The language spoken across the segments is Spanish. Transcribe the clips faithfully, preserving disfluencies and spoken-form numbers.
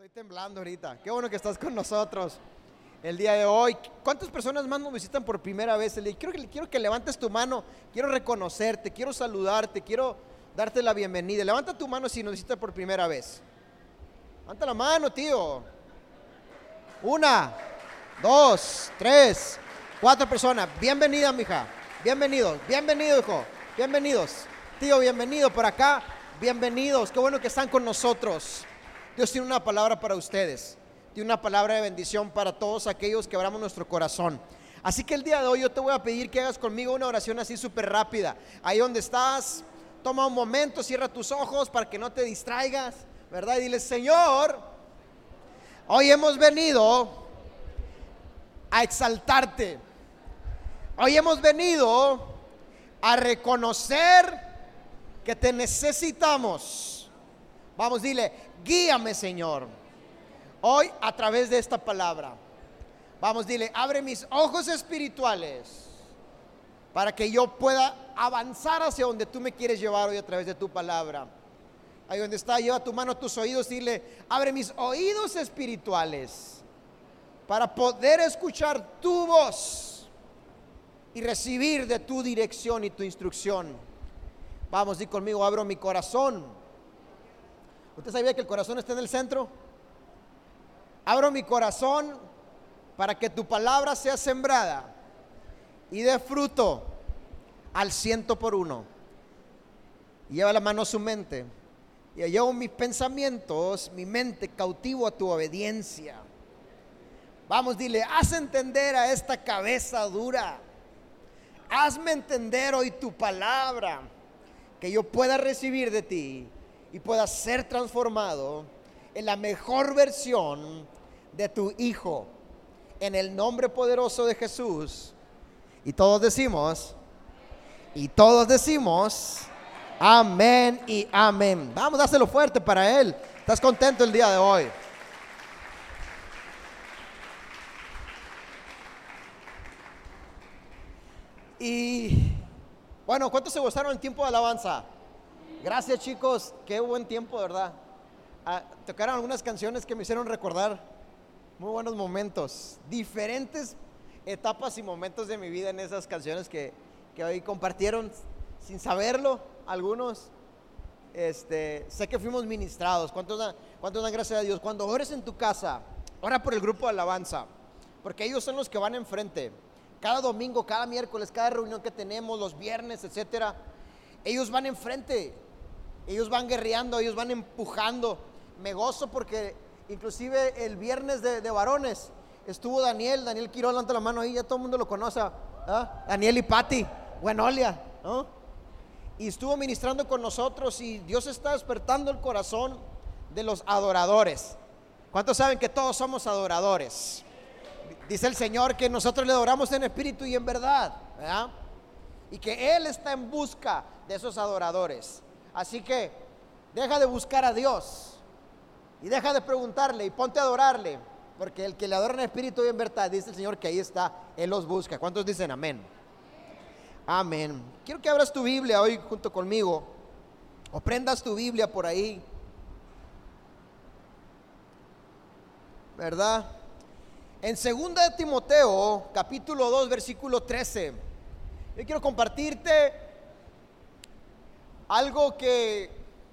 Estoy temblando ahorita. Qué bueno que estás con nosotros el día de hoy. ¿Cuántas personas más nos visitan por primera vez el día? Quiero que, quiero que levantes tu mano. Quiero reconocerte, quiero saludarte, quiero darte la bienvenida. Levanta tu mano si nos visitas por primera vez. Levanta la mano, tío. Una, dos, tres, cuatro personas. Bienvenida, mija. Bienvenidos, bienvenido, hijo. Bienvenidos. Tío, bienvenido por acá. Bienvenidos. Qué bueno que están con nosotros. Dios tiene una palabra para ustedes. Tiene una palabra de bendición para todos aquellos que abramos nuestro corazón. Así que el día de hoy yo te voy a pedir que hagas conmigo una oración así súper rápida. Ahí donde estás, toma un momento, cierra tus ojos para que no te distraigas, ¿verdad? Y dile: Señor, hoy hemos venido a exaltarte. Hoy hemos venido a reconocer que te necesitamos. Vamos, dile: guíame, Señor, hoy a través de esta palabra. Vamos, dile: abre mis ojos espirituales para que yo pueda avanzar hacia donde tú me quieres llevar hoy a través de tu palabra. Ahí donde está, lleva tu mano a tus oídos y dile: abre mis oídos espirituales para poder escuchar tu voz y recibir de tu dirección y tu instrucción. Vamos, di conmigo: abro mi corazón. ¿Usted sabía que el corazón está en el centro? Abro mi corazón para que tu palabra sea sembrada y dé fruto al ciento por uno. Lleva la mano a su mente y llevo mis pensamientos, mi mente cautivo a tu obediencia. Vamos, dile: haz entender a esta cabeza dura. Hazme entender hoy tu palabra, que yo pueda recibir de ti y pueda ser transformado en la mejor versión de tu Hijo, en el nombre poderoso de Jesús. Y todos decimos, y todos decimos, amén y amén. Vamos, dáselo fuerte para Él. ¿Estás contento el día de hoy? Y bueno, ¿cuántos se gozaron el tiempo de alabanza? Gracias, chicos, qué buen tiempo, ¿verdad? Ah, tocaron algunas canciones que me hicieron recordar muy buenos momentos, diferentes etapas y momentos de mi vida en esas canciones que, que hoy compartieron sin saberlo algunos. Este, sé que fuimos ministrados. ¿Cuántos dan, cuántos dan gracias a Dios? Cuando ores en tu casa, ora por el grupo de alabanza, porque ellos son los que van enfrente. Cada domingo, cada miércoles, cada reunión que tenemos, los viernes, etcétera, ellos van enfrente. Ellos van guerreando, ellos van empujando. Me gozo porque inclusive el viernes de, de varones estuvo Daniel, Daniel Quirón, levanta la mano ahí, ya todo el mundo lo conoce, ¿ah? Daniel y Pati, Buenolia, ¿no? Y estuvo ministrando con nosotros y Dios está despertando el corazón de los adoradores. ¿Cuántos saben que todos somos adoradores? Dice el Señor que nosotros le adoramos en espíritu y en verdad, ¿verdad? Y que Él está en busca de esos adoradores. Así que deja de buscar a Dios y deja de preguntarle y ponte a adorarle, porque el que le adora en espíritu y en verdad, dice el Señor que ahí está, Él los busca. ¿Cuántos dicen amén? Amén. Quiero que abras tu Biblia hoy junto conmigo, o prendas tu Biblia por ahí, ¿verdad? En segunda de Timoteo, capítulo dos, versículo trece, yo quiero compartirte algo que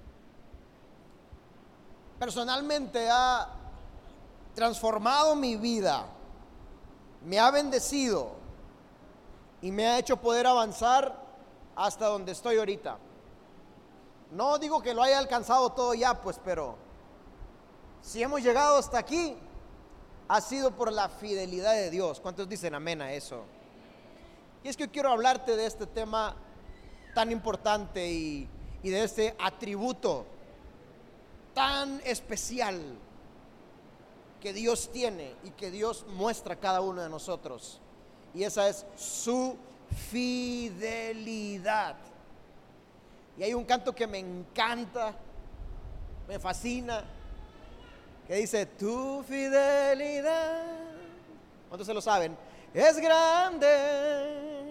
personalmente ha transformado mi vida, me ha bendecido y me ha hecho poder avanzar hasta donde estoy ahorita. No digo que lo haya alcanzado todo ya, pues, pero si hemos llegado hasta aquí, ha sido por la fidelidad de Dios. ¿Cuántos dicen amén a eso? Y es que yo quiero hablarte de este tema tan importante y, y de este atributo tan especial que Dios tiene y que Dios muestra a cada uno de nosotros, y esa es su fidelidad. Y hay un canto que me encanta, me fascina, que dice: tu fidelidad, ¿cuántos se lo saben? Es grande.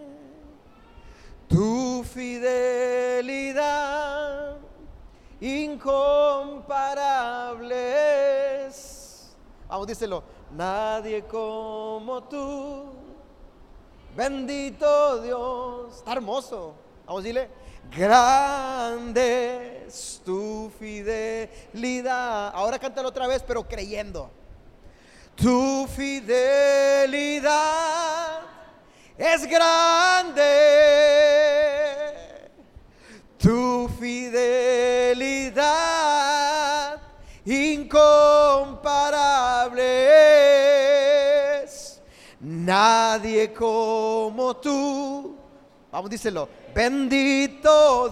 Tu fidelidad incomparable es Vamos, díselo. Nadie como tú, bendito Dios. Está hermoso. Vamos, dile. Grande es tu fidelidad. Ahora cántalo otra vez, pero creyendo. Tu fidelidad es grande. Tu fidelidad incomparable es. Nadie como tú. Vamos, díselo. Bendito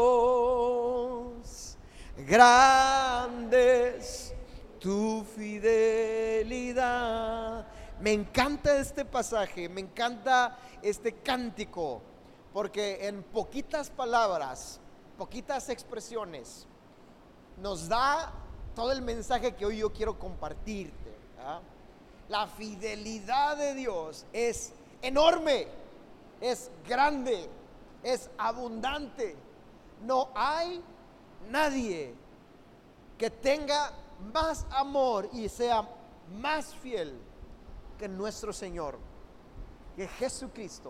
Dios, grande es tu fidelidad. Me encanta este pasaje, me encanta este cántico, porque en poquitas palabras, poquitas expresiones, nos da todo el mensaje que hoy yo quiero compartirte, ¿verdad? La fidelidad de Dios es enorme, es grande, es abundante. No hay nadie que tenga más amor y sea más fiel que nuestro Señor, que Jesucristo.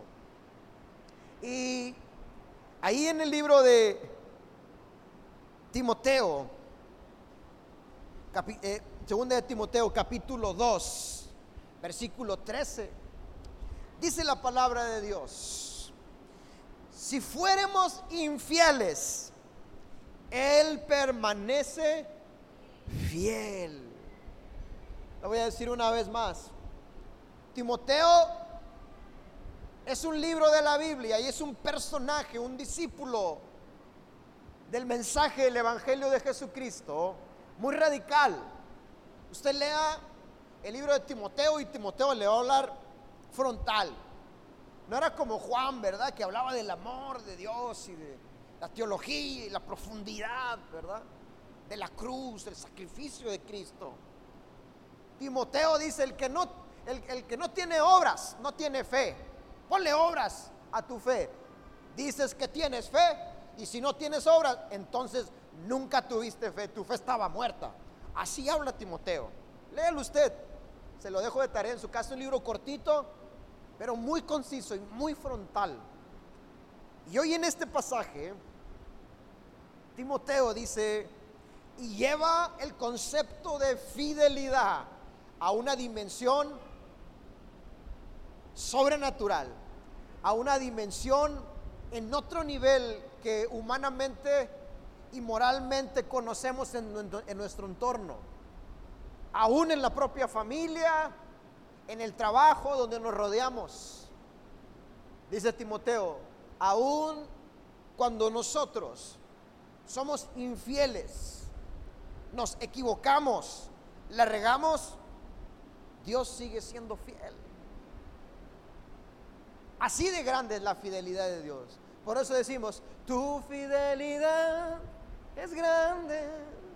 Y ahí en el libro de Timoteo, capi, eh, segunda de Timoteo, capítulo dos, versículo trece, dice la palabra de Dios: si fuéramos infieles, Él permanece fiel. Lo voy a decir una vez más. Timoteo es un libro de la Biblia y es un personaje, un discípulo del mensaje del Evangelio de Jesucristo, muy radical. Usted lea el libro de Timoteo y Timoteo le va a hablar frontal. No era como Juan, ¿verdad? Que hablaba del amor de Dios y de la teología y la profundidad, ¿verdad? De la cruz, del sacrificio de Cristo. Timoteo dice: el que no, el, el que no tiene obras, no tiene fe. Ponle obras a tu fe. Dices que tienes fe, y si no tienes obras, entonces nunca tuviste fe. Tu fe estaba muerta. Así habla Timoteo. Léelo usted. Se lo dejo de tarea en su casa, un libro cortito, pero muy conciso y muy frontal. Y hoy en este pasaje, Timoteo dice, y lleva el concepto de fidelidad a una dimensión sobrenatural, a una dimensión en otro nivel que humanamente y moralmente conocemos en, en nuestro entorno, aún en la propia familia, en el trabajo donde nos rodeamos. Dice Timoteo: aún cuando nosotros somos infieles, nos equivocamos, la regamos, Dios sigue siendo fiel. Así de grande es la fidelidad de Dios. Por eso decimos: tu fidelidad es grande.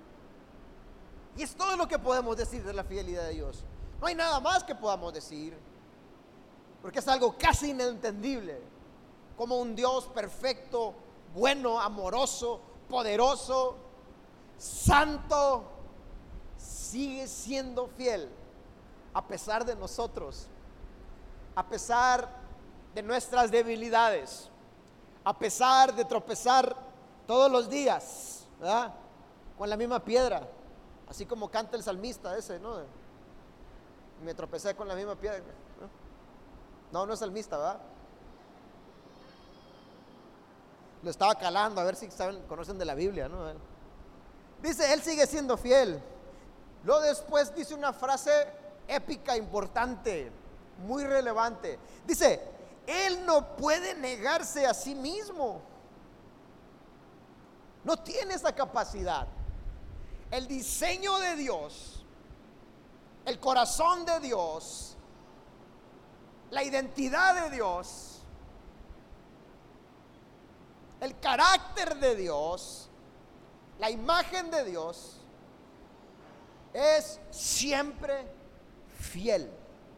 Y es todo lo que podemos decir de la fidelidad de Dios. No hay nada más que podamos decir, porque es algo casi inentendible, como un Dios perfecto, bueno, amoroso, poderoso, santo, sigue siendo fiel a pesar de nosotros, a pesar de nuestras debilidades, a pesar de tropezar todos los días, ¿verdad? Con la misma piedra, así como canta el salmista ese, ¿no? Me tropecé con la misma piedra. No, no es salmista, ¿verdad? Lo estaba calando a ver si saben, conocen de la Biblia, ¿no? Dice: Él sigue siendo fiel. Luego después dice una frase épica, importante, muy relevante. Dice: Él no puede negarse a sí mismo. No tiene esa capacidad. El diseño de Dios, el corazón de Dios, la identidad de Dios, el carácter de Dios, la imagen de Dios, es siempre fiel.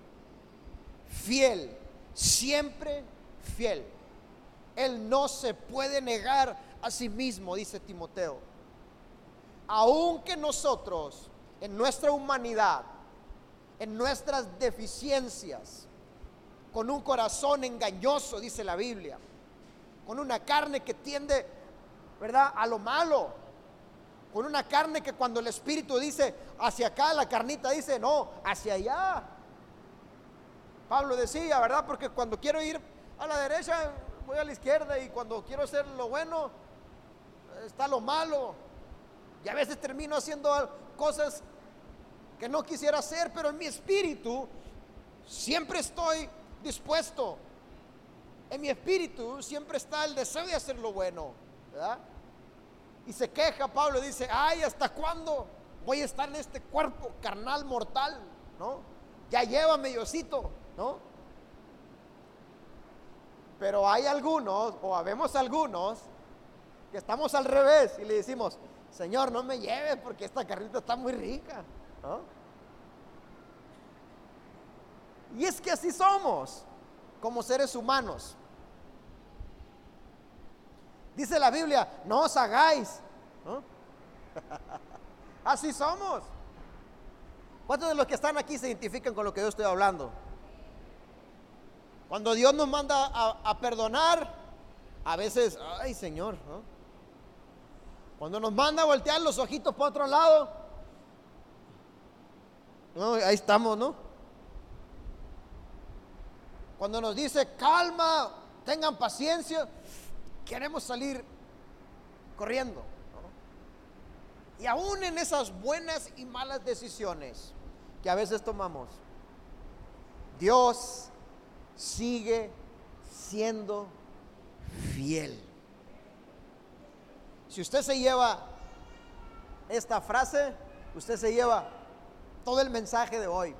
Fiel, siempre fiel. Él no se puede negar a sí mismo, dice Timoteo. Aunque nosotros, en nuestra humanidad, en nuestras deficiencias, con un corazón engañoso, dice la Biblia, con una carne que tiende, ¿verdad?, a lo malo, con una carne que cuando el Espíritu dice hacia acá, la carnita dice no, hacia allá. Pablo decía, ¿verdad?, porque cuando quiero ir a la derecha voy a la izquierda, y cuando quiero hacer lo bueno está lo malo, y a veces termino haciendo cosas que no quisiera hacer, pero en mi espíritu siempre estoy dispuesto. En mi espíritu siempre está el deseo de hacer lo bueno, ¿verdad? Y se queja Pablo, dice, ay, ¿hasta cuándo voy a estar en este cuerpo carnal mortal? ¿No? Ya llévame, Diosito, ¿no? Pero hay algunos, o habemos algunos, que estamos al revés y le decimos, Señor, no me lleves porque esta carnita está muy rica, ¿no? Y es que así somos como seres humanos. Dice la Biblia, no os hagáis, ¿no? Así somos. ¿Cuántos de los que están aquí se identifican con lo que yo estoy hablando? Cuando Dios nos manda a, a perdonar, a veces, ay, Señor, ¿no? Cuando nos manda a voltear los ojitos para otro lado, no, ahí estamos, ¿no? Cuando nos dice calma, tengan paciencia, queremos salir corriendo, ¿no? Y aún en esas buenas y malas decisiones que a veces tomamos, Dios sigue siendo fiel. Si usted se lleva esta frase, usted se lleva todo el mensaje de hoy.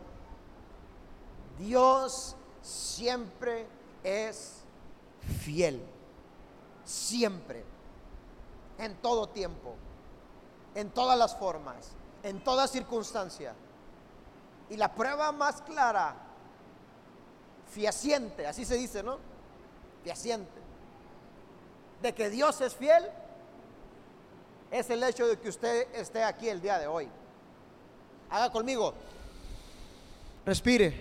Dios siempre es fiel, siempre, en todo tiempo, en todas las formas, en toda circunstancia. Y la prueba más clara, fehaciente, así se dice, ¿no? Fehaciente, de que Dios es fiel, es el hecho de que usted esté aquí el día de hoy. Haga conmigo, respire.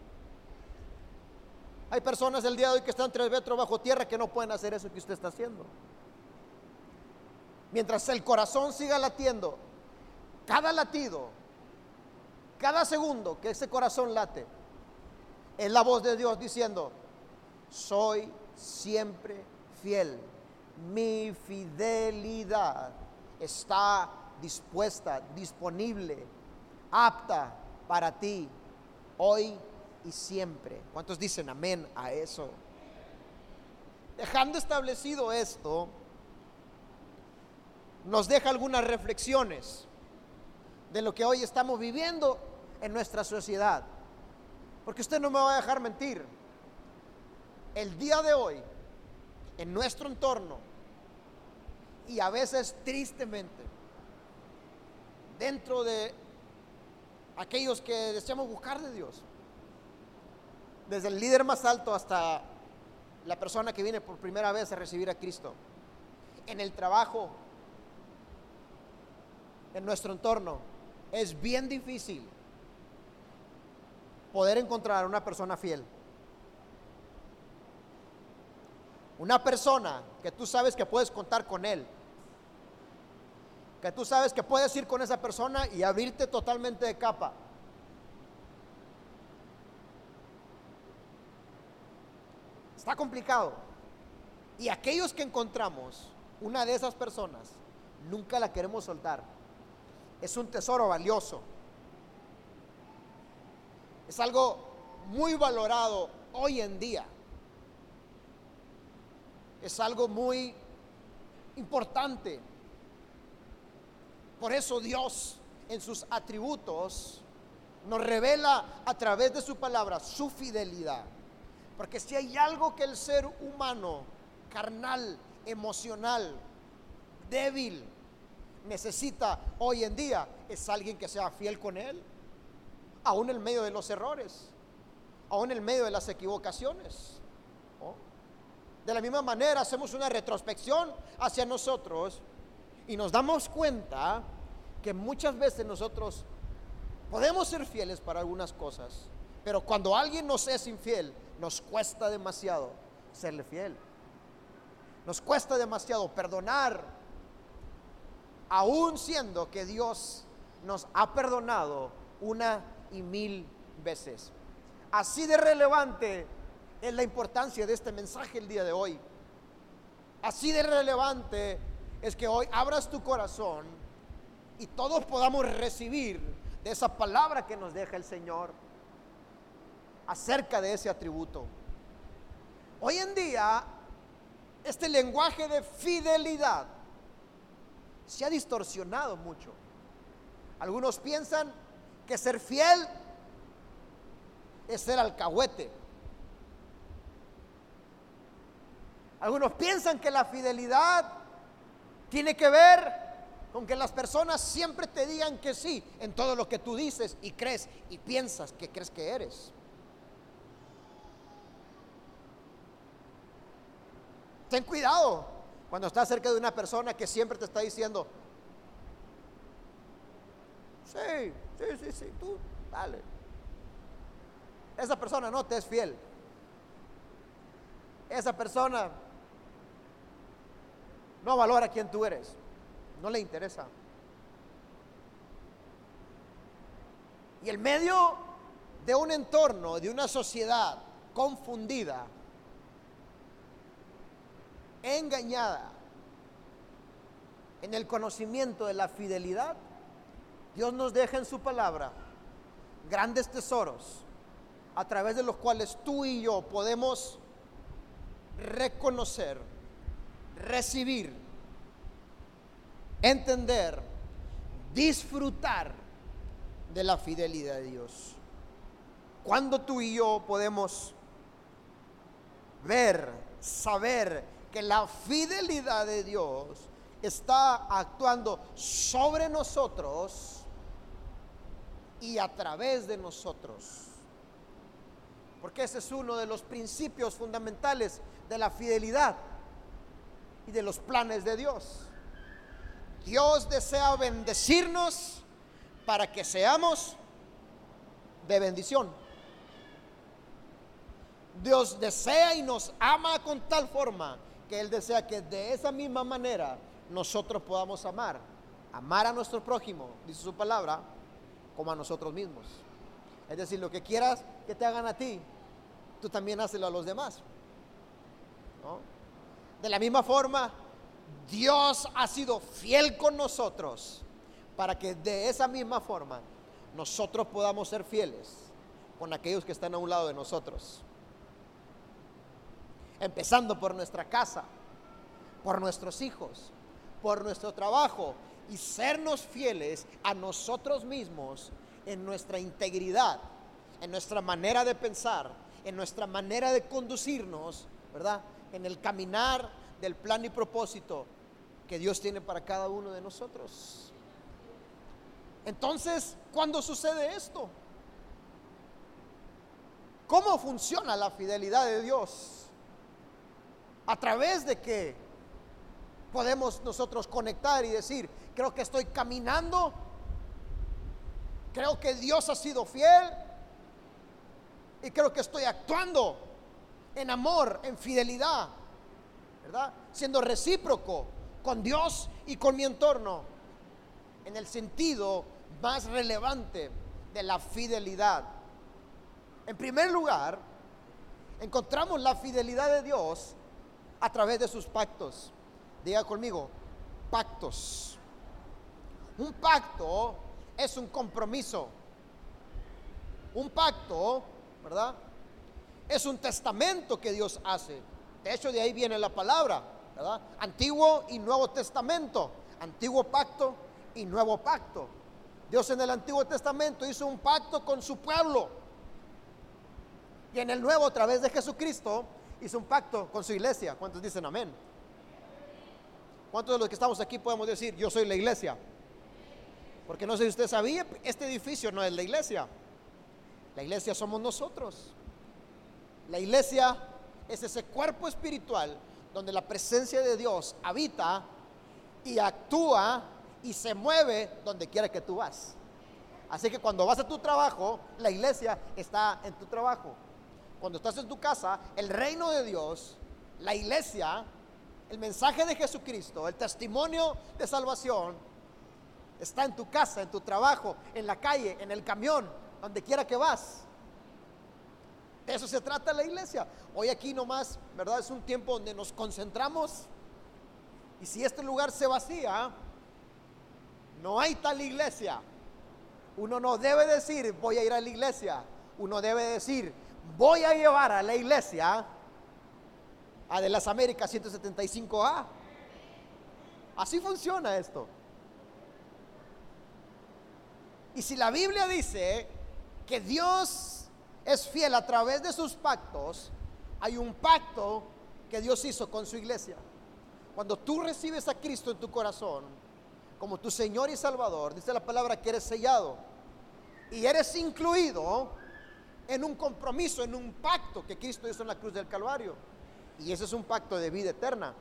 Hay personas el día de hoy que están tres metros bajo tierra que no pueden hacer eso que usted está haciendo. Mientras el corazón siga latiendo, cada latido, cada segundo que ese corazón late, es la voz de Dios diciendo, soy siempre fiel. Mi fidelidad está dispuesta, disponible, apta para ti, hoy y siempre. ¿Cuántos dicen amén a eso? Dejando establecido esto, nos deja algunas reflexiones de lo que hoy estamos viviendo en nuestra sociedad. Porque usted no me va a dejar mentir. El día de hoy, en nuestro entorno, y a veces tristemente, dentro de aquellos que deseamos buscar de Dios, desde el líder más alto hasta la persona que viene por primera vez a recibir a Cristo, en el trabajo, en nuestro entorno, es bien difícil poder encontrar una persona fiel. Una persona que tú sabes que puedes contar con él, que tú sabes que puedes ir con esa persona y abrirte totalmente de capa. Está complicado. Y aquellos que encontramos una de esas personas, nunca la queremos soltar. Es un tesoro valioso. Es algo muy valorado hoy en día. Es algo muy importante. Por eso Dios, en sus atributos, nos revela a través de su palabra su fidelidad. Porque si hay algo que el ser humano, carnal, emocional, débil, necesita hoy en día, es alguien que sea fiel con él, aún en medio de los errores, aún en medio de las equivocaciones, ¿no? De la misma manera hacemos una retrospección hacia nosotros y nos damos cuenta que muchas veces nosotros Podemos ser fieles para algunas cosas, pero cuando alguien nos es infiel, nos cuesta demasiado serle fiel. Nos cuesta demasiado perdonar, aún siendo que Dios nos ha perdonado una y mil veces. Así de relevante es la importancia de este mensaje el día de hoy. Así de relevante es que hoy abras tu corazón y todos podamos recibir de esa palabra que nos deja el Señor acerca de ese atributo. Hoy en día, este lenguaje de fidelidad se ha distorsionado mucho. Algunos piensan que ser fiel es ser alcahuete. Algunos piensan que la fidelidad tiene que ver con que las personas siempre te digan que sí en todo lo que tú dices y crees y piensas que crees que eres. Ten cuidado cuando estás cerca de una persona que siempre te está diciendo: sí, sí, sí, sí, tú, dale. Esa persona no te es fiel. Esa persona no valora quién tú eres. No le interesa. Y en medio de un entorno, de una sociedad confundida, engañada en el conocimiento de la fidelidad, Dios nos deja en su palabra grandes tesoros a través de los cuales tú y yo podemos reconocer, recibir, entender, disfrutar de la fidelidad de Dios. Cuando tú y yo podemos ver, saber que la fidelidad de Dios está actuando sobre nosotros y a través de nosotros. Porque ese es uno de los principios fundamentales de la fidelidad y de los planes de Dios. Dios desea bendecirnos para que seamos de bendición. Dios desea y nos ama con tal forma que Él desea que de esa misma manera nosotros podamos amar. Amar a nuestro prójimo, dice su palabra, como a nosotros mismos. Es decir, lo que quieras que te hagan a ti, tú también hazlo a los demás, ¿no? De la misma forma, Dios ha sido fiel con nosotros para que de esa misma forma nosotros podamos ser fieles con aquellos que están a un lado de nosotros. Empezando por nuestra casa, por nuestros hijos, por nuestro trabajo, y sernos fieles a nosotros mismos en nuestra integridad, en nuestra manera de pensar, en nuestra manera de conducirnos, ¿verdad? En el caminar del plan y propósito que Dios tiene para cada uno de nosotros. Entonces, ¿cuándo sucede esto? ¿Cómo funciona la fidelidad de Dios? ¿A través de qué podemos nosotros conectar y decir: creo que estoy caminando, creo que Dios ha sido fiel y creo que estoy actuando en amor, en fidelidad, ¿verdad? Siendo recíproco con Dios y con mi entorno, en el sentido más relevante de la fidelidad. En primer lugar, encontramos la fidelidad de Dios a través de sus pactos. Diga conmigo: pactos. Un pacto es un compromiso. Un pacto, ¿verdad?, es un testamento que Dios hace. De hecho, de ahí viene la palabra, ¿verdad? Antiguo y Nuevo Testamento. Antiguo pacto y Nuevo pacto. Dios en el Antiguo Testamento hizo un pacto con su pueblo, y en el Nuevo, a través de Jesucristo, hizo un pacto con su iglesia. ¿Cuántos dicen amén? ¿Cuántos de los que estamos aquí podemos decir: yo soy la iglesia? Porque no sé si usted sabía, este edificio no es la iglesia. La iglesia somos nosotros. La iglesia es ese cuerpo espiritual donde la presencia de Dios habita y actúa y se mueve donde quiera que tú vas. Así que cuando vas a tu trabajo, la iglesia está en tu trabajo. Cuando estás en tu casa, el reino de Dios, la iglesia, el mensaje de Jesucristo, el testimonio de salvación, está en tu casa, en tu trabajo, en la calle, en el camión, donde quiera que vas. De eso se trata la iglesia. Hoy aquí nomás, ¿verdad? Es un tiempo donde nos concentramos. Y si este lugar se vacía, no hay tal iglesia. Uno no debe decir voy a ir a la iglesia. Uno debe decir voy a llevar a la iglesia a de las Américas ciento setenta y cinco A. Así funciona esto. Y si la Biblia dice que Dios es fiel a través de sus pactos, hay un pacto que Dios hizo con su iglesia. Cuando tú recibes a Cristo en tu corazón como tu Señor y Salvador, dice la palabra que eres sellado y eres incluido en un compromiso, en un pacto que Cristo hizo en la cruz del Calvario. Y ese es un pacto de vida eterna.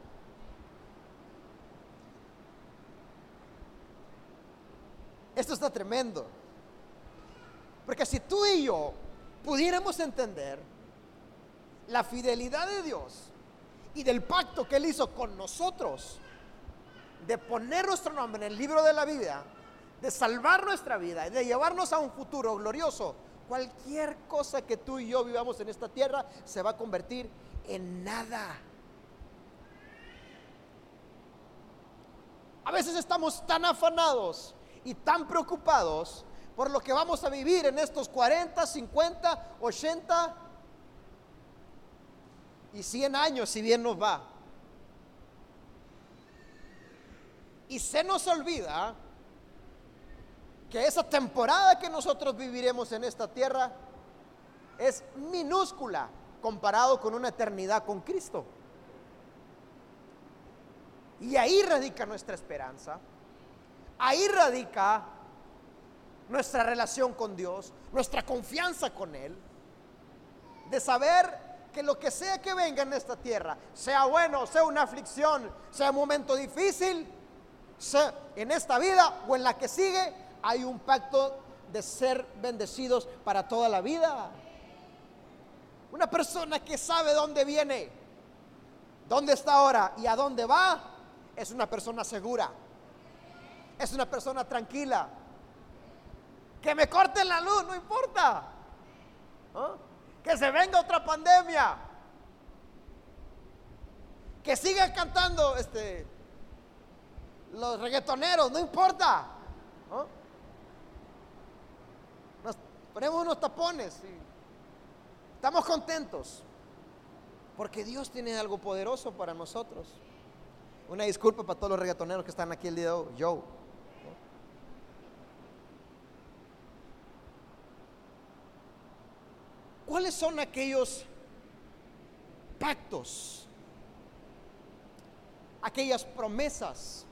Esto está tremendo, porque si tú y yo pudiéramos entender la fidelidad de Dios y del pacto que Él hizo con nosotros, de poner nuestro nombre en el libro de la vida, de salvar nuestra vida, de llevarnos a un futuro glorioso, cualquier cosa que tú y yo vivamos en esta tierra se va a convertir en nada. A veces estamos tan afanados y tan preocupados por lo que vamos a vivir en estos cuarenta, cincuenta, ochenta y cien años, si bien nos va. Y se nos olvida que esa temporada que nosotros viviremos en esta tierra es minúscula comparado con una eternidad con Cristo. Y ahí radica nuestra esperanza. Ahí radica nuestra relación con Dios, nuestra confianza con Él, de saber que lo que sea que venga en esta tierra, sea bueno, sea una aflicción, sea un momento difícil, sea en esta vida o en la que sigue, hay un pacto de ser bendecidos para toda la vida. Una persona que sabe dónde viene, dónde está ahora y a dónde va, es una persona segura. Es una persona tranquila. Que me corten la luz, no importa. ¿Ah? Que se venga otra pandemia. Que sigan cantando este, los reggaetoneros, no importa. ¿Ah? Nos ponemos unos tapones y estamos contentos. Porque Dios tiene algo poderoso para nosotros. Una disculpa para todos los reggaetoneros que están aquí el día de hoy. Yo. ¿Cuáles son aquellos pactos, aquellas promesas,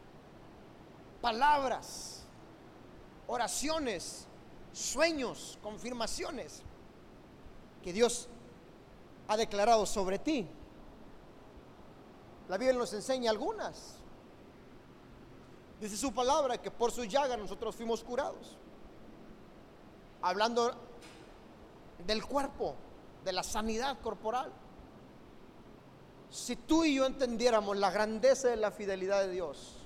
palabras, oraciones, sueños, confirmaciones que Dios ha declarado sobre ti? La Biblia nos enseña algunas. Dice su palabra que por su llaga nosotros fuimos curados. Hablando del cuerpo, de la sanidad corporal. Si tú y yo entendiéramos la grandeza de la fidelidad de Dios,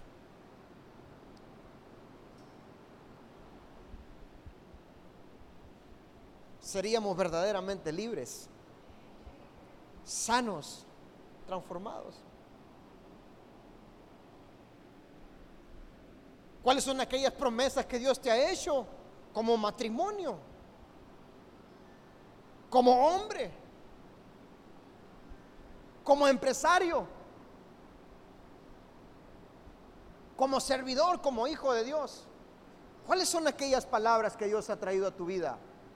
seríamos verdaderamente libres, sanos, transformados. ¿Cuáles son aquellas promesas que Dios te ha hecho como matrimonio, como hombre, como empresario, como servidor, como hijo de Dios? ¿Cuáles son aquellas palabras que Dios ha traído a tu vida?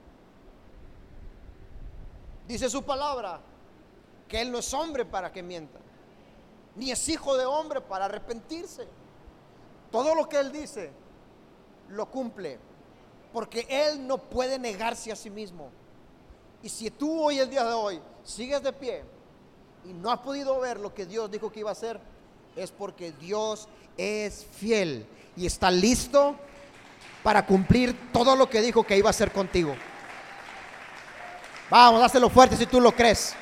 Dice su palabra que Él no es hombre para que mienta, ni es hijo de hombre para arrepentirse. Todo lo que Él dice lo cumple, porque Él no puede negarse a sí mismo. Y si tú hoy, el día de hoy, sigues de pie y no has podido ver lo que Dios dijo que iba a hacer, es porque Dios es fiel y está listo para cumplir todo lo que dijo que iba a hacer contigo. Vamos, dáselo fuerte si tú lo crees.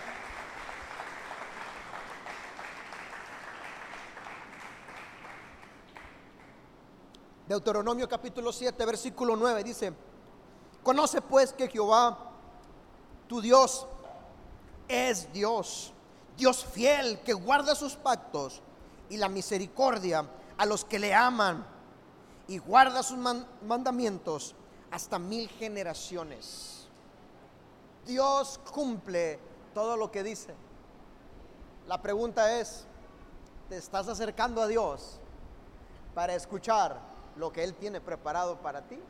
Deuteronomio capítulo siete, versículo nueve dice: conoce pues que Jehová, tu Dios, es Dios, Dios fiel, que guarda sus pactos y la misericordia a los que le aman, y guarda sus man- mandamientos hasta mil generaciones. Dios cumple todo lo que dice. La pregunta es: ¿te estás acercando a Dios para escuchar lo que Él tiene preparado para ti?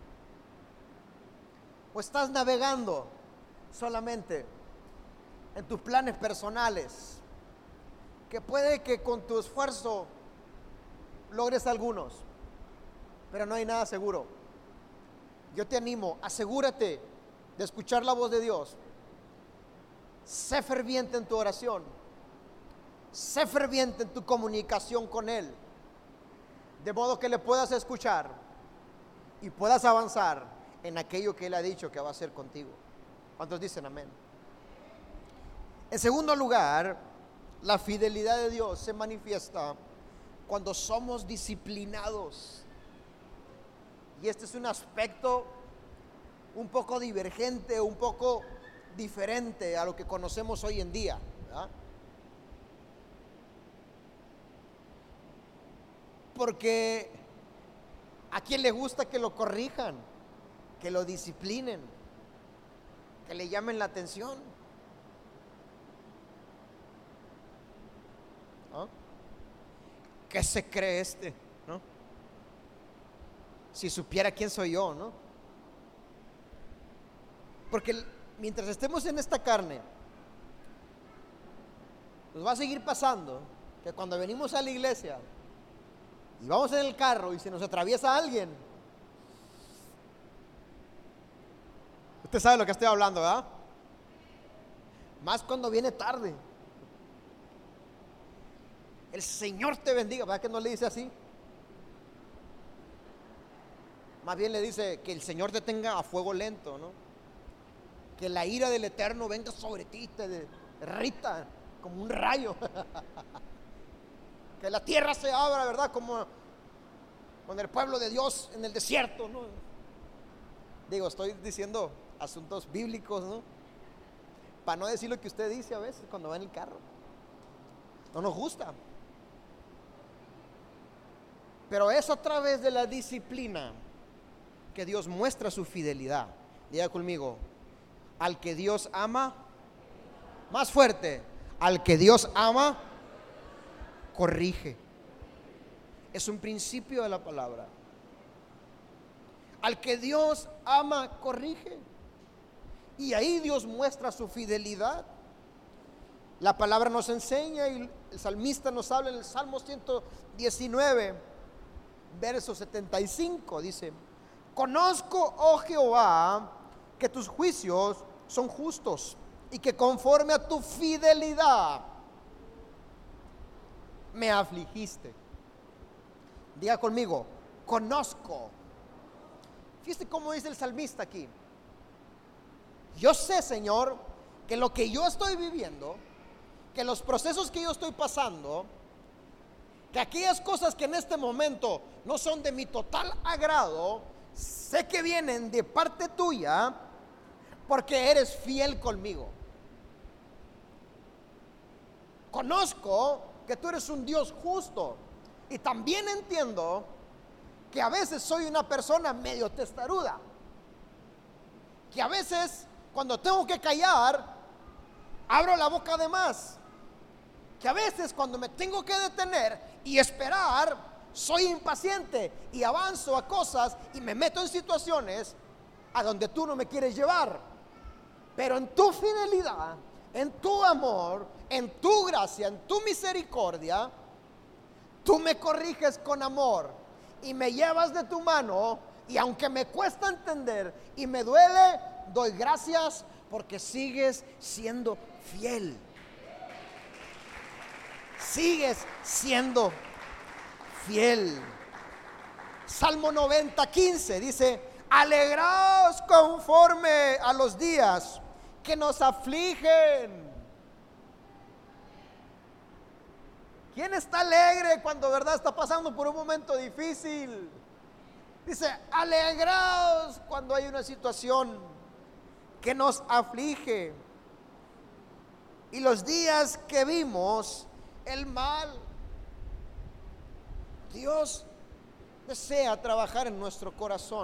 ¿O estás navegando solamente en tus planes personales, que puede que con tu esfuerzo logres algunos, pero no hay nada seguro? Yo te animo, asegúrate de escuchar la voz de Dios. Sé ferviente en tu oración, sé ferviente en tu comunicación con Él, de modo que le puedas escuchar y puedas avanzar en aquello que Él ha dicho que va a hacer contigo. ¿Cuántos dicen amén? En segundo lugar, la fidelidad de Dios se manifiesta cuando somos disciplinados. Y este es un aspecto un poco divergente, un poco diferente a lo que conocemos hoy en día, ¿verdad? Porque ¿a quién le gusta que lo corrijan, que lo disciplinen, que le llamen la atención? ¿No? ¿Qué se cree este? ¿No? Si supiera quién soy yo, ¿no? Porque mientras estemos en esta carne, nos va a seguir pasando que cuando venimos a la iglesia y vamos en el carro y se nos atraviesa alguien, usted sabe lo que estoy hablando, ¿verdad? Más cuando viene tarde. El Señor te bendiga, ¿verdad que no le dice así? Más bien le dice que el Señor te tenga a fuego lento, ¿no? Que la ira del Eterno venga sobre ti, te derrita como un rayo. Que la tierra se abra, ¿verdad? Como con el pueblo de Dios en el desierto, ¿no? Digo, estoy diciendo asuntos bíblicos, ¿no? Para no decir lo que usted dice a veces cuando va en el carro. No nos gusta. Pero es a través de la disciplina que Dios muestra su fidelidad. Diga conmigo: al que Dios ama, más fuerte, al que Dios ama, corrige. Es un principio de la palabra. Al que Dios ama, corrige. Y ahí Dios muestra su fidelidad. La palabra nos enseña, y el salmista nos habla en el Salmo ciento diecinueve, verso setenta y cinco, dice: conozco, oh Jehová, que tus juicios son justos y que conforme a tu fidelidad me afligiste. Diga conmigo: conozco. Fíjate cómo dice el salmista aquí: yo sé, Señor, que lo que yo estoy viviendo, que los procesos que yo estoy pasando, que aquellas cosas que en este momento no son de mi total agrado, sé que vienen de parte tuya, porque eres fiel conmigo. Conozco que tú eres un Dios justo, y también entiendo que a veces soy una persona medio testaruda, que a veces cuando tengo que callar abro la boca de más, que a veces cuando me tengo que detener y esperar soy impaciente y avanzo a cosas y me meto en situaciones a donde tú no me quieres llevar. Pero en tu fidelidad, en tu amor, en tu gracia, en tu misericordia, tú me corriges con amor y me llevas de tu mano, y aunque me cuesta entender y me duele, doy gracias porque sigues siendo fiel. Sigues siendo fiel. Salmo noventa, quince dice: alegraos conforme a los días que nos afligen. ¿Quién está alegre cuando, verdad, está pasando por un momento difícil? Dice: alegraos cuando hay una situación que nos aflige. Y los días que vimos el mal, Dios desea trabajar en nuestro corazón.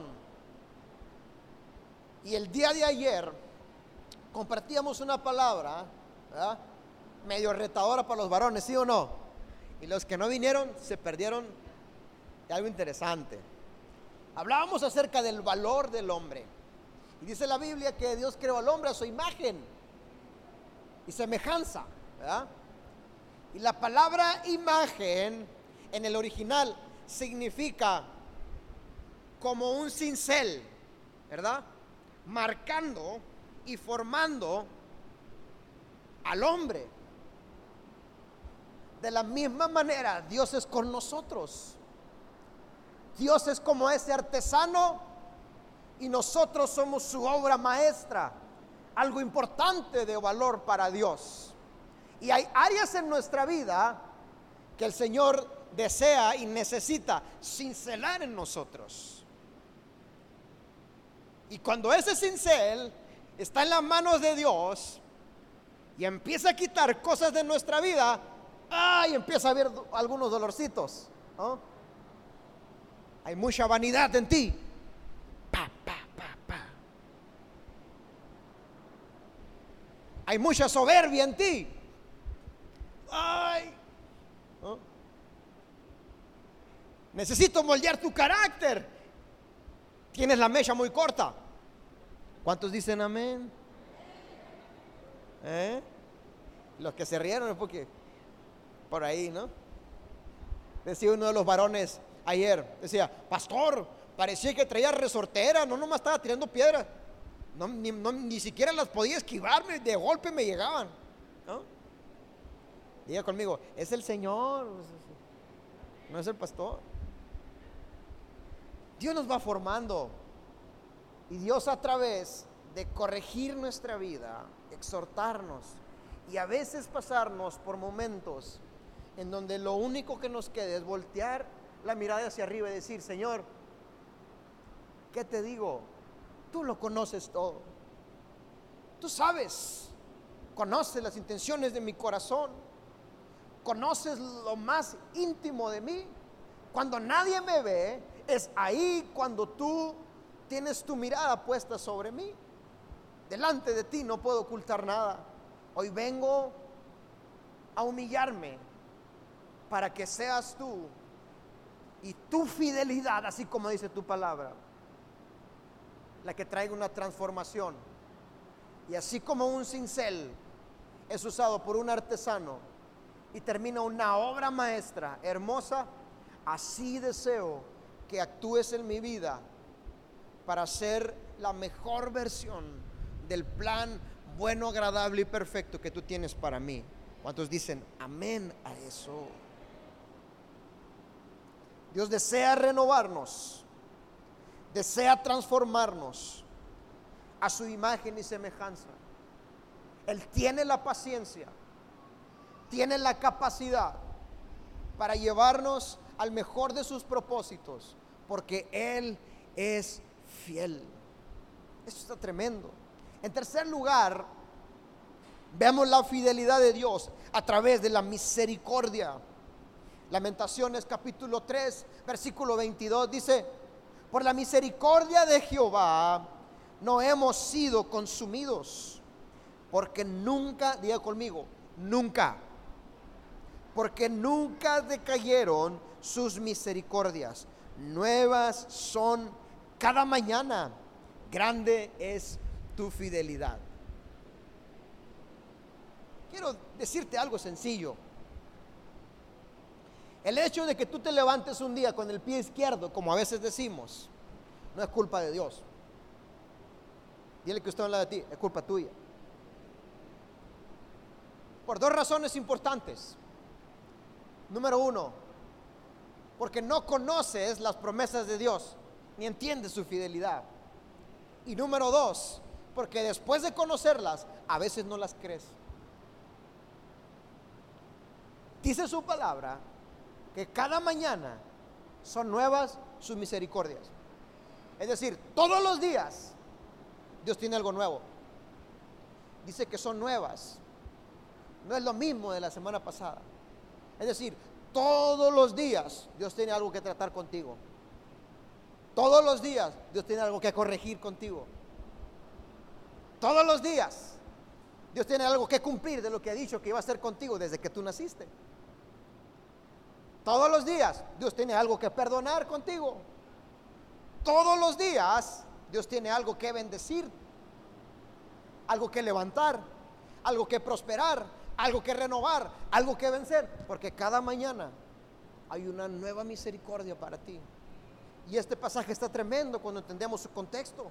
Y el día de ayer compartíamos una palabra, ¿verdad?, medio retadora para los varones, ¿sí o no? Y los que no vinieron se perdieron de algo interesante. Hablábamos acerca del valor del hombre. Y dice la Biblia que Dios creó al hombre a su imagen y semejanza, ¿verdad? Y la palabra imagen en el original significa como un cincel, ¿verdad?, marcando y formando al hombre. De la misma manera, Dios es con nosotros. Dios es como ese artesano y nosotros somos su obra maestra, algo importante de valor para Dios. Y hay áreas en nuestra vida que el Señor desea y necesita cincelar en nosotros. Y cuando ese cincel está en las manos de Dios y empieza a quitar cosas de nuestra vida, ¡ay!, empieza a haber algunos dolorcitos, ¿no? Hay mucha vanidad en ti. Pa, pa, pa, pa. Hay mucha soberbia en ti. ¡Ay! ¿No? Necesito moldear tu carácter. Tienes la mecha muy corta. ¿Cuántos dicen amén? ¿Eh? Los que se rieron es porque por ahí, ¿no? Decía uno de los varones ayer, decía: pastor, parecía que traía resortera, no nomás estaba tirando piedras, no, ni, no, ni siquiera las podía esquivarme, de golpe me llegaban, ¿no? Diga conmigo: es el Señor, no es el pastor. Dios nos va formando, y Dios, a través de corregir nuestra vida, exhortarnos y a veces pasarnos por momentos en donde lo único que nos queda es voltear la mirada hacia arriba y decir: Señor, ¿qué te digo? Tú lo conoces todo. Tú sabes, conoces las intenciones de mi corazón, conoces lo más íntimo de mí. Cuando nadie me ve, es ahí cuando tú tienes tu mirada puesta sobre mí. Delante de ti no puedo ocultar nada. Hoy vengo a humillarme para que seas tú y tu fidelidad, así como dice tu palabra, la que traiga una transformación. Y así como un cincel es usado por un artesano y termina una obra maestra hermosa, así deseo que actúes en mi vida para ser la mejor versión del plan bueno, agradable y perfecto que tú tienes para mí. ¿Cuántos dicen amén a eso? Dios desea renovarnos, desea transformarnos a su imagen y semejanza. Él tiene la paciencia, tiene la capacidad para llevarnos al mejor de sus propósitos, porque Él es fiel. Eso está tremendo. En tercer lugar, veamos la fidelidad de Dios a través de la misericordia. Lamentaciones capítulo tres, versículo veintidós dice: por la misericordia de Jehová no hemos sido consumidos, porque nunca, diga conmigo, nunca, porque nunca decayeron sus misericordias. Nuevas son cada mañana, grande es tu fidelidad. Quiero decirte algo sencillo. El hecho de que tú te levantes un día con el pie izquierdo, como a veces decimos, no es culpa de Dios. Dile que usted habla de ti, es culpa tuya. Por dos razones importantes. Número uno, porque no conoces las promesas de Dios, ni entiendes su fidelidad. Y número dos, porque después de conocerlas, a veces no las crees. Dice su palabra que cada mañana son nuevas sus misericordias. Es decir, todos los días Dios tiene algo nuevo. Dice que son nuevas. No es lo mismo de la semana pasada. Es decir, todos los días Dios tiene algo que tratar contigo. Todos los días Dios tiene algo que corregir contigo. Todos los días Dios tiene algo que cumplir de lo que ha dicho que iba a hacer contigo desde que tú naciste. Todos los días Dios tiene algo que perdonar contigo. Todos los días Dios tiene algo que bendecir, algo que levantar, algo que prosperar, algo que renovar, algo que vencer, porque cada mañana hay una nueva misericordia para ti. Y este pasaje está tremendo cuando entendemos su contexto.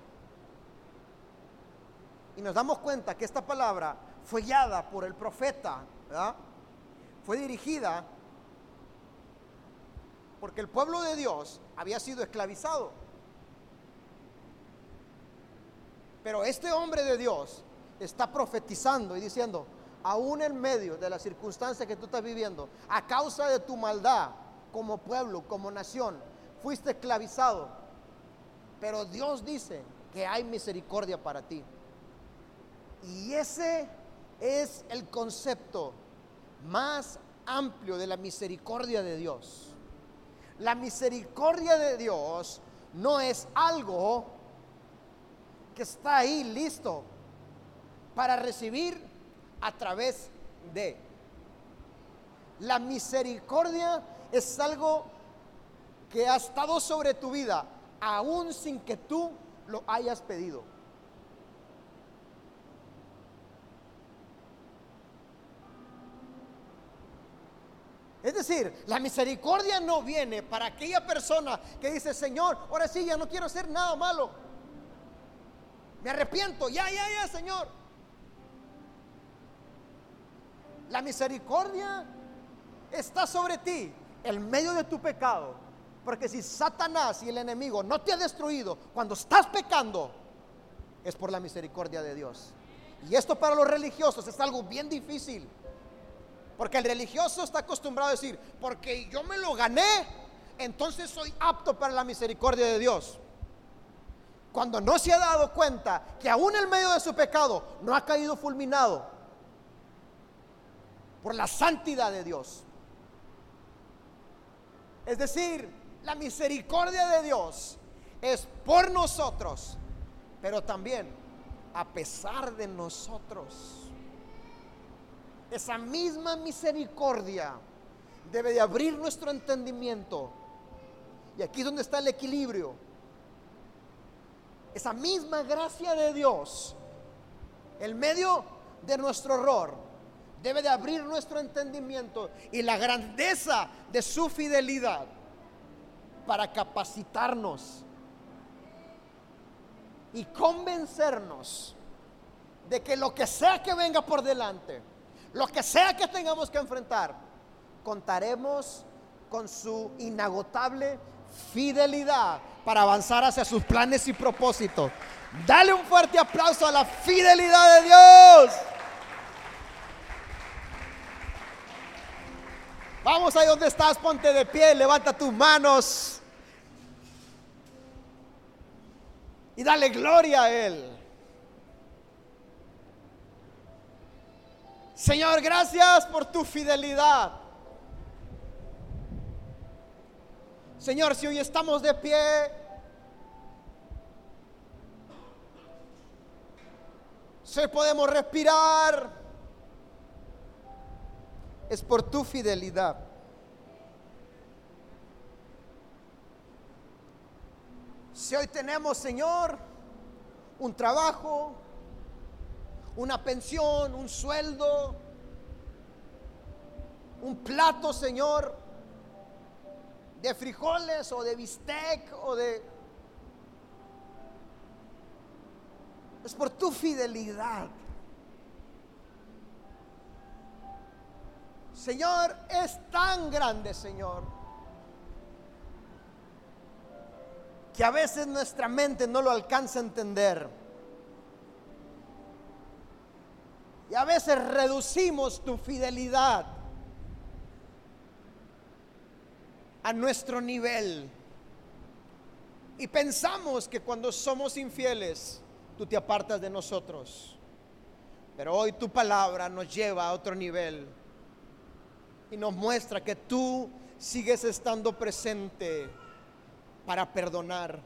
Y nos damos cuenta que esta palabra fue guiada por el profeta, ¿verdad? Fue dirigida porque el pueblo de Dios había sido esclavizado. Pero este hombre de Dios está profetizando y diciendo: aún en medio de la circunstancia que tú estás viviendo, a causa de tu maldad como pueblo, como nación, fuiste esclavizado, pero Dios dice que hay misericordia para ti. Y ese es el concepto más amplio de la misericordia de Dios. La misericordia de Dios no es algo que está ahí listo para recibir a través de. La misericordia es algo que ha estado sobre tu vida aún sin que tú lo hayas pedido. Es decir, la misericordia no viene para aquella persona que dice: Señor, ahora sí, ya no quiero hacer nada malo, me arrepiento, ya, ya, ya, Señor. La misericordia está sobre ti en medio de tu pecado, porque si Satanás y el enemigo no te ha destruido cuando estás pecando, es por la misericordia de Dios. Y esto para los religiosos es algo bien difícil, porque el religioso está acostumbrado a decir: porque yo me lo gané, entonces soy apto para la misericordia de Dios. Cuando no se ha dado cuenta que aún en medio de su pecado no ha caído fulminado por la santidad de Dios. Es decir, la misericordia de Dios es por nosotros, pero también a pesar de nosotros. Esa misma misericordia debe de abrir nuestro entendimiento. Y aquí es donde está el equilibrio. Esa misma gracia de Dios, en medio de nuestro error, debe de abrir nuestro entendimiento y la grandeza de su fidelidad para capacitarnos y convencernos de que lo que sea que venga por delante, lo que sea que tengamos que enfrentar, contaremos con su inagotable fidelidad para avanzar hacia sus planes y propósitos. Dale un fuerte aplauso a la fidelidad de Dios. Vamos ahí donde estás, ponte de pie, levanta tus manos y dale gloria a Él. Señor, gracias por tu fidelidad. Señor, si hoy estamos de pie, si hoy podemos respirar, es por tu fidelidad. Si hoy tenemos, Señor, un trabajo, una pensión, un sueldo, un plato, Señor, de frijoles o de bistec o de... es por tu fidelidad. Señor, es tan grande, Señor, que a veces nuestra mente no lo alcanza a entender. Y a veces reducimos tu fidelidad a nuestro nivel. Y pensamos que cuando somos infieles, tú te apartas de nosotros. Pero hoy tu palabra nos lleva a otro nivel y nos muestra que tú sigues estando presente para perdonar.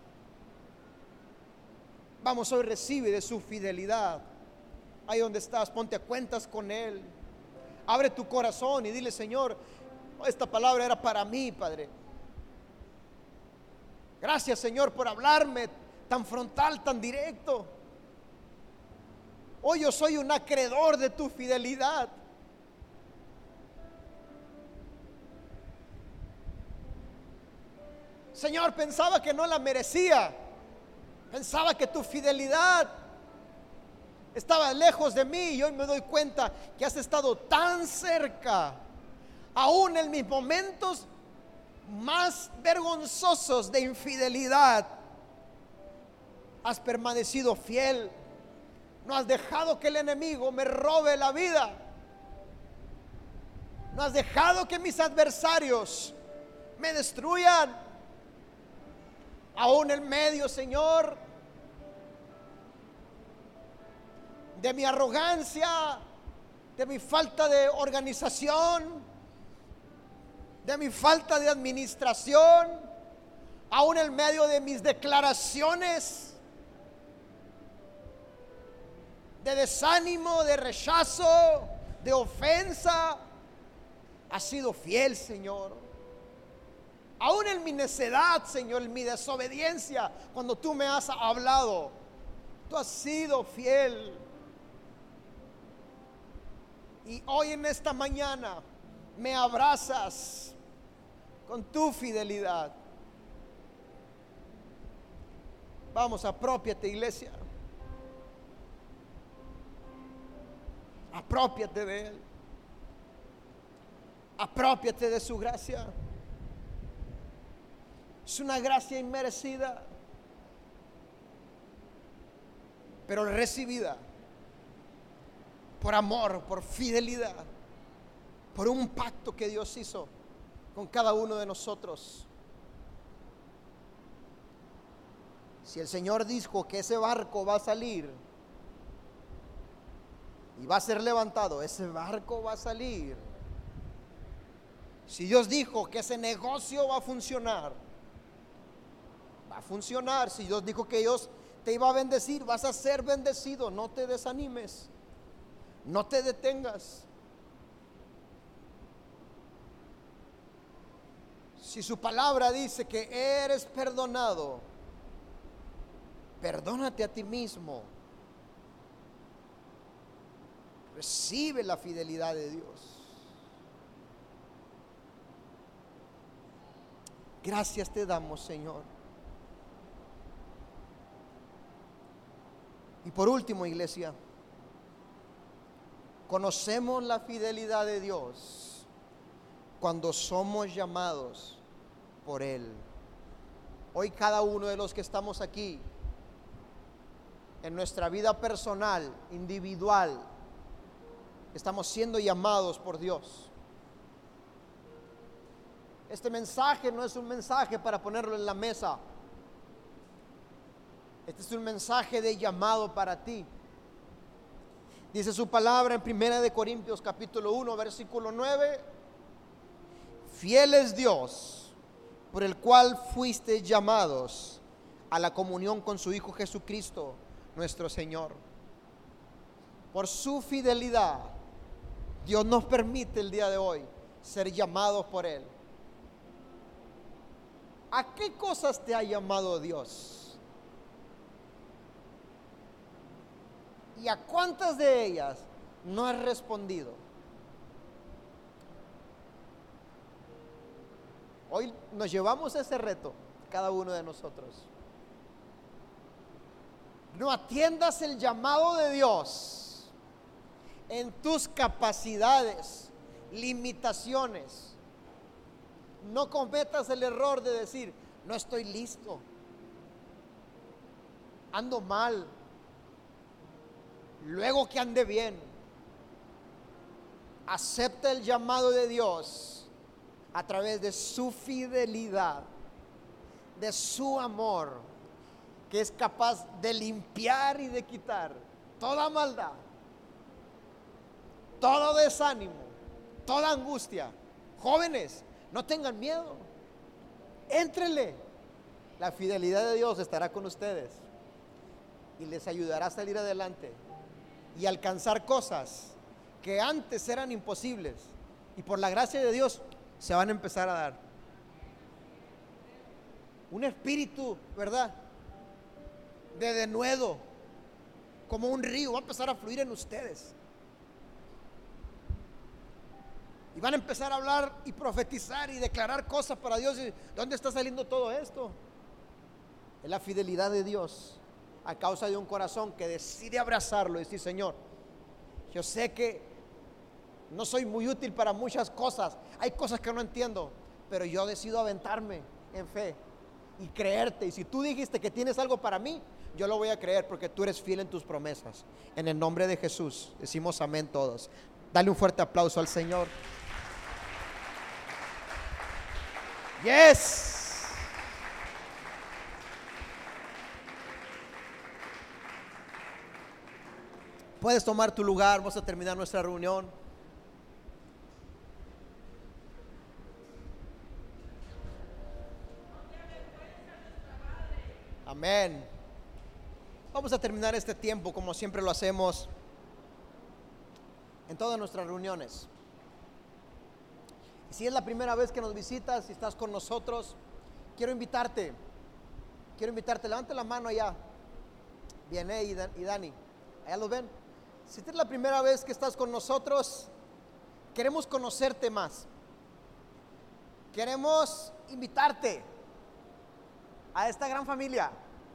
Vamos, hoy recibe de su fidelidad. Ahí donde estás, ponte a cuentas con Él. Abre tu corazón y dile: Señor, esta palabra era para mí, Padre. Gracias, Señor, por hablarme tan frontal, tan directo. Hoy yo soy un acreedor de tu fidelidad. Señor, pensaba que no la merecía. Pensaba que tu fidelidad estaba lejos de mí, y hoy me doy cuenta que has estado tan cerca. Aún en mis momentos más vergonzosos de infidelidad, has permanecido fiel. No has dejado que el enemigo me robe la vida. No has dejado que mis adversarios me destruyan. Aún en medio, Señor, de mi arrogancia, de mi falta de organización, de mi falta de administración, aún en medio de mis declaraciones de desánimo, de rechazo, de ofensa, has sido fiel, Señor. Aún en mi necedad, Señor, en mi desobediencia, cuando tú me has hablado, tú has sido fiel. Y hoy en esta mañana me abrazas con tu fidelidad. Vamos, apropiate, iglesia. Apropiate de Él. Apropiate de su gracia. Es una gracia inmerecida, pero recibida por amor, por fidelidad, por un pacto que Dios hizo con cada uno de nosotros. Si el Señor dijo que ese barco va a salir y va a ser levantado, ese barco va a salir. Si Dios dijo que ese negocio va a funcionar, va a funcionar. Si Dios dijo que Dios te iba a bendecir, vas a ser bendecido. No te desanimes, no te detengas. Si su palabra dice que eres perdonado, perdónate a ti mismo. Recibe la fidelidad de Dios. Gracias te damos, Señor. Y por último, iglesia, conocemos la fidelidad de Dios cuando somos llamados por Él. Hoy cada uno de los que estamos aquí, en nuestra vida personal, individual, estamos siendo llamados por Dios. Este mensaje no es un mensaje para ponerlo en la mesa. Este es un mensaje de llamado para ti. Dice su palabra en Primera de Corintios capítulo uno, versículo nueve: fiel es Dios, por el cual fuiste llamados a la comunión con su Hijo Jesucristo, nuestro Señor. Por su fidelidad, Dios nos permite el día de hoy ser llamados por Él. ¿A qué cosas te ha llamado Dios? ¿Y a cuántas de ellas no has respondido? Hoy nos llevamos ese reto, cada uno de nosotros. No atiendas el llamado de Dios en tus capacidades, limitaciones. No cometas el error de decir: no estoy listo, ando mal, luego que ande bien. Acepta el llamado de Dios a través de su fidelidad, de su amor, que es capaz de limpiar y de quitar toda maldad, todo desánimo, toda angustia. Jóvenes, no tengan miedo, éntrenle. La fidelidad de Dios estará con ustedes y les ayudará a salir adelante y alcanzar cosas que antes eran imposibles, y por la gracia de Dios se van a empezar a dar. Un espíritu, ¿verdad?, de denuedo, como un río, va a empezar a fluir en ustedes. Y van a empezar a hablar y profetizar y declarar cosas para Dios. ¿De dónde está saliendo todo esto? Es la fidelidad de Dios a causa de un corazón que decide abrazarlo y decir: Señor, yo sé que no soy muy útil para muchas cosas, hay cosas que no entiendo, pero yo decido aventarme en fe y creerte. Y si tú dijiste que tienes algo para mí, yo lo voy a creer, porque tú eres fiel en tus promesas. En el nombre de Jesús decimos amén todos. Dale un fuerte aplauso al Señor. Yes. Puedes tomar tu lugar, vamos a terminar nuestra reunión. Amén. Vamos a terminar este tiempo como siempre lo hacemos en todas nuestras reuniones. Y si es la primera vez que nos visitas, si estás con nosotros, quiero invitarte, quiero invitarte, levante la mano allá, Viene y, Dan, y Dani, allá los ven. Si esta es la primera vez que estás con nosotros, queremos conocerte más, queremos invitarte a esta gran familia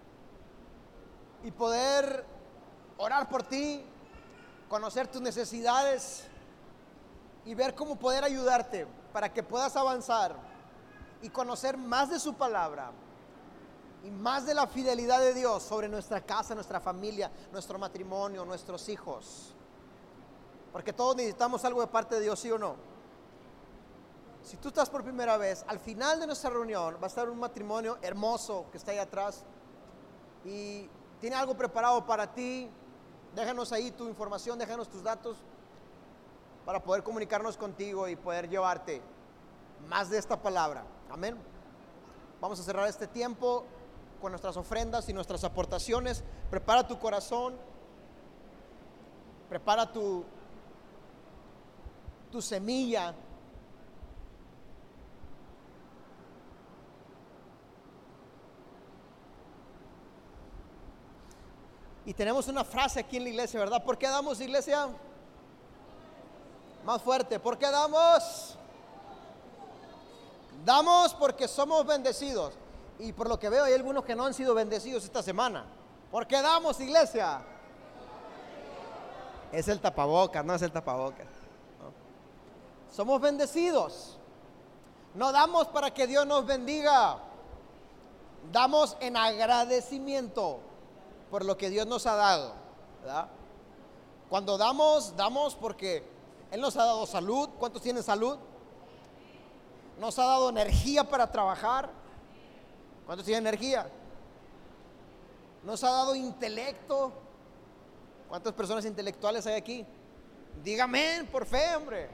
y poder orar por ti, conocer tus necesidades y ver cómo poder ayudarte para que puedas avanzar y conocer más de su palabra y más de la fidelidad de Dios sobre nuestra casa, nuestra familia, nuestro matrimonio, nuestros hijos. Porque todos necesitamos algo de parte de Dios, ¿sí o no? Si tú estás por primera vez, al final de nuestra reunión va a estar un matrimonio hermoso que está ahí atrás y tiene algo preparado para ti. Déjanos ahí tu información, déjanos tus datos para poder comunicarnos contigo y poder llevarte más de esta palabra. Amén. Vamos a cerrar este tiempo con nuestras ofrendas y nuestras aportaciones. Prepara tu corazón, prepara tu, tu semilla. Y tenemos una frase aquí en la iglesia, ¿verdad? ¿Por qué damos, iglesia? Más fuerte. ¿Por qué damos? Damos porque somos bendecidos. Y por lo que veo hay algunos que no han sido bendecidos esta semana. ¿Por qué damos, iglesia? Es el tapabocas, no es el tapabocas, ¿no? Somos bendecidos. No damos para que Dios nos bendiga. Damos en agradecimiento por lo que Dios nos ha dado, ¿verdad? Cuando damos, damos porque Él nos ha dado salud. ¿Cuántos tienen salud? Nos ha dado energía para trabajar. ¿Cuántos tienen energía? Nos ha dado intelecto. ¿Cuántas personas intelectuales hay aquí? Dígame, por fe, hombre.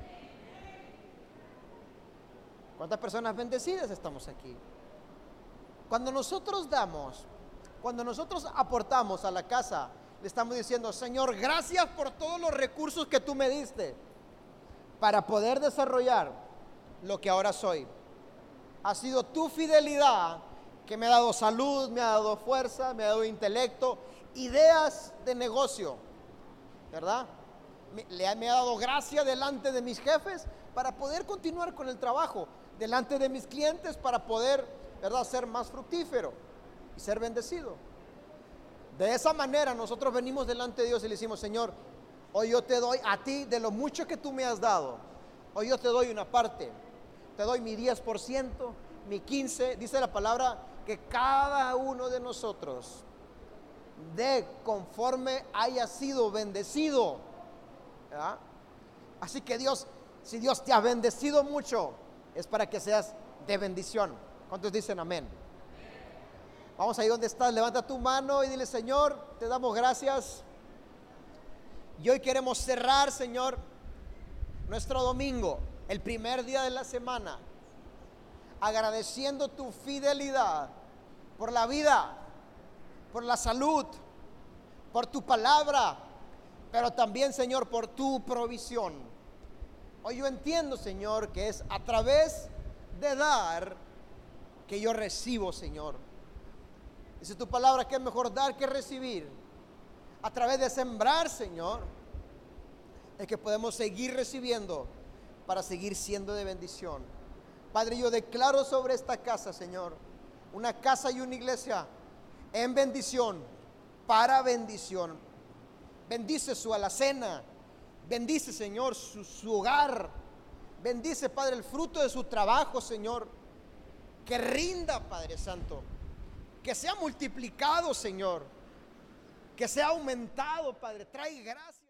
¿Cuántas personas bendecidas estamos aquí? Cuando nosotros damos, cuando nosotros aportamos a la casa, le estamos diciendo: Señor, gracias por todos los recursos que tú me diste para poder desarrollar lo que ahora soy. Ha sido tu fidelidad que me ha dado salud, me ha dado fuerza, me ha dado intelecto, ideas de negocio, ¿verdad? Me, le, me ha dado gracia delante de mis jefes para poder continuar con el trabajo, delante de mis clientes para poder, ¿verdad?, ser más fructífero y ser bendecido. De esa manera nosotros venimos delante de Dios y le decimos: Señor, hoy yo te doy a ti de lo mucho que tú me has dado. Hoy yo te doy una parte, te doy mi diez por ciento, mi quince. Dice la palabra que cada uno de nosotros de conforme haya sido bendecido. ¿Verdad? Así que Dios, si Dios te ha bendecido mucho, es para que seas de bendición. ¿Cuántos dicen amén? Vamos ahí donde estás, levanta tu mano y dile: Señor, te damos gracias. Y hoy queremos cerrar, Señor, nuestro domingo, el primer día de la semana, agradeciendo tu fidelidad por la vida, por la salud, por tu palabra, pero también, Señor, por tu provisión. Hoy yo entiendo, Señor, que es a través de dar que yo recibo, Señor. Dice tu palabra que es mejor dar que recibir. A través de sembrar, Señor, es que podemos seguir recibiendo para seguir siendo de bendición. Padre, yo declaro sobre esta casa, Señor, una casa y una iglesia en bendición, para bendición. Bendice su alacena, bendice, Señor, su, su hogar. Bendice, Padre, el fruto de su trabajo, Señor. Que rinda, Padre Santo. Que sea multiplicado, Señor. Que sea aumentado, Padre. Trae gracia.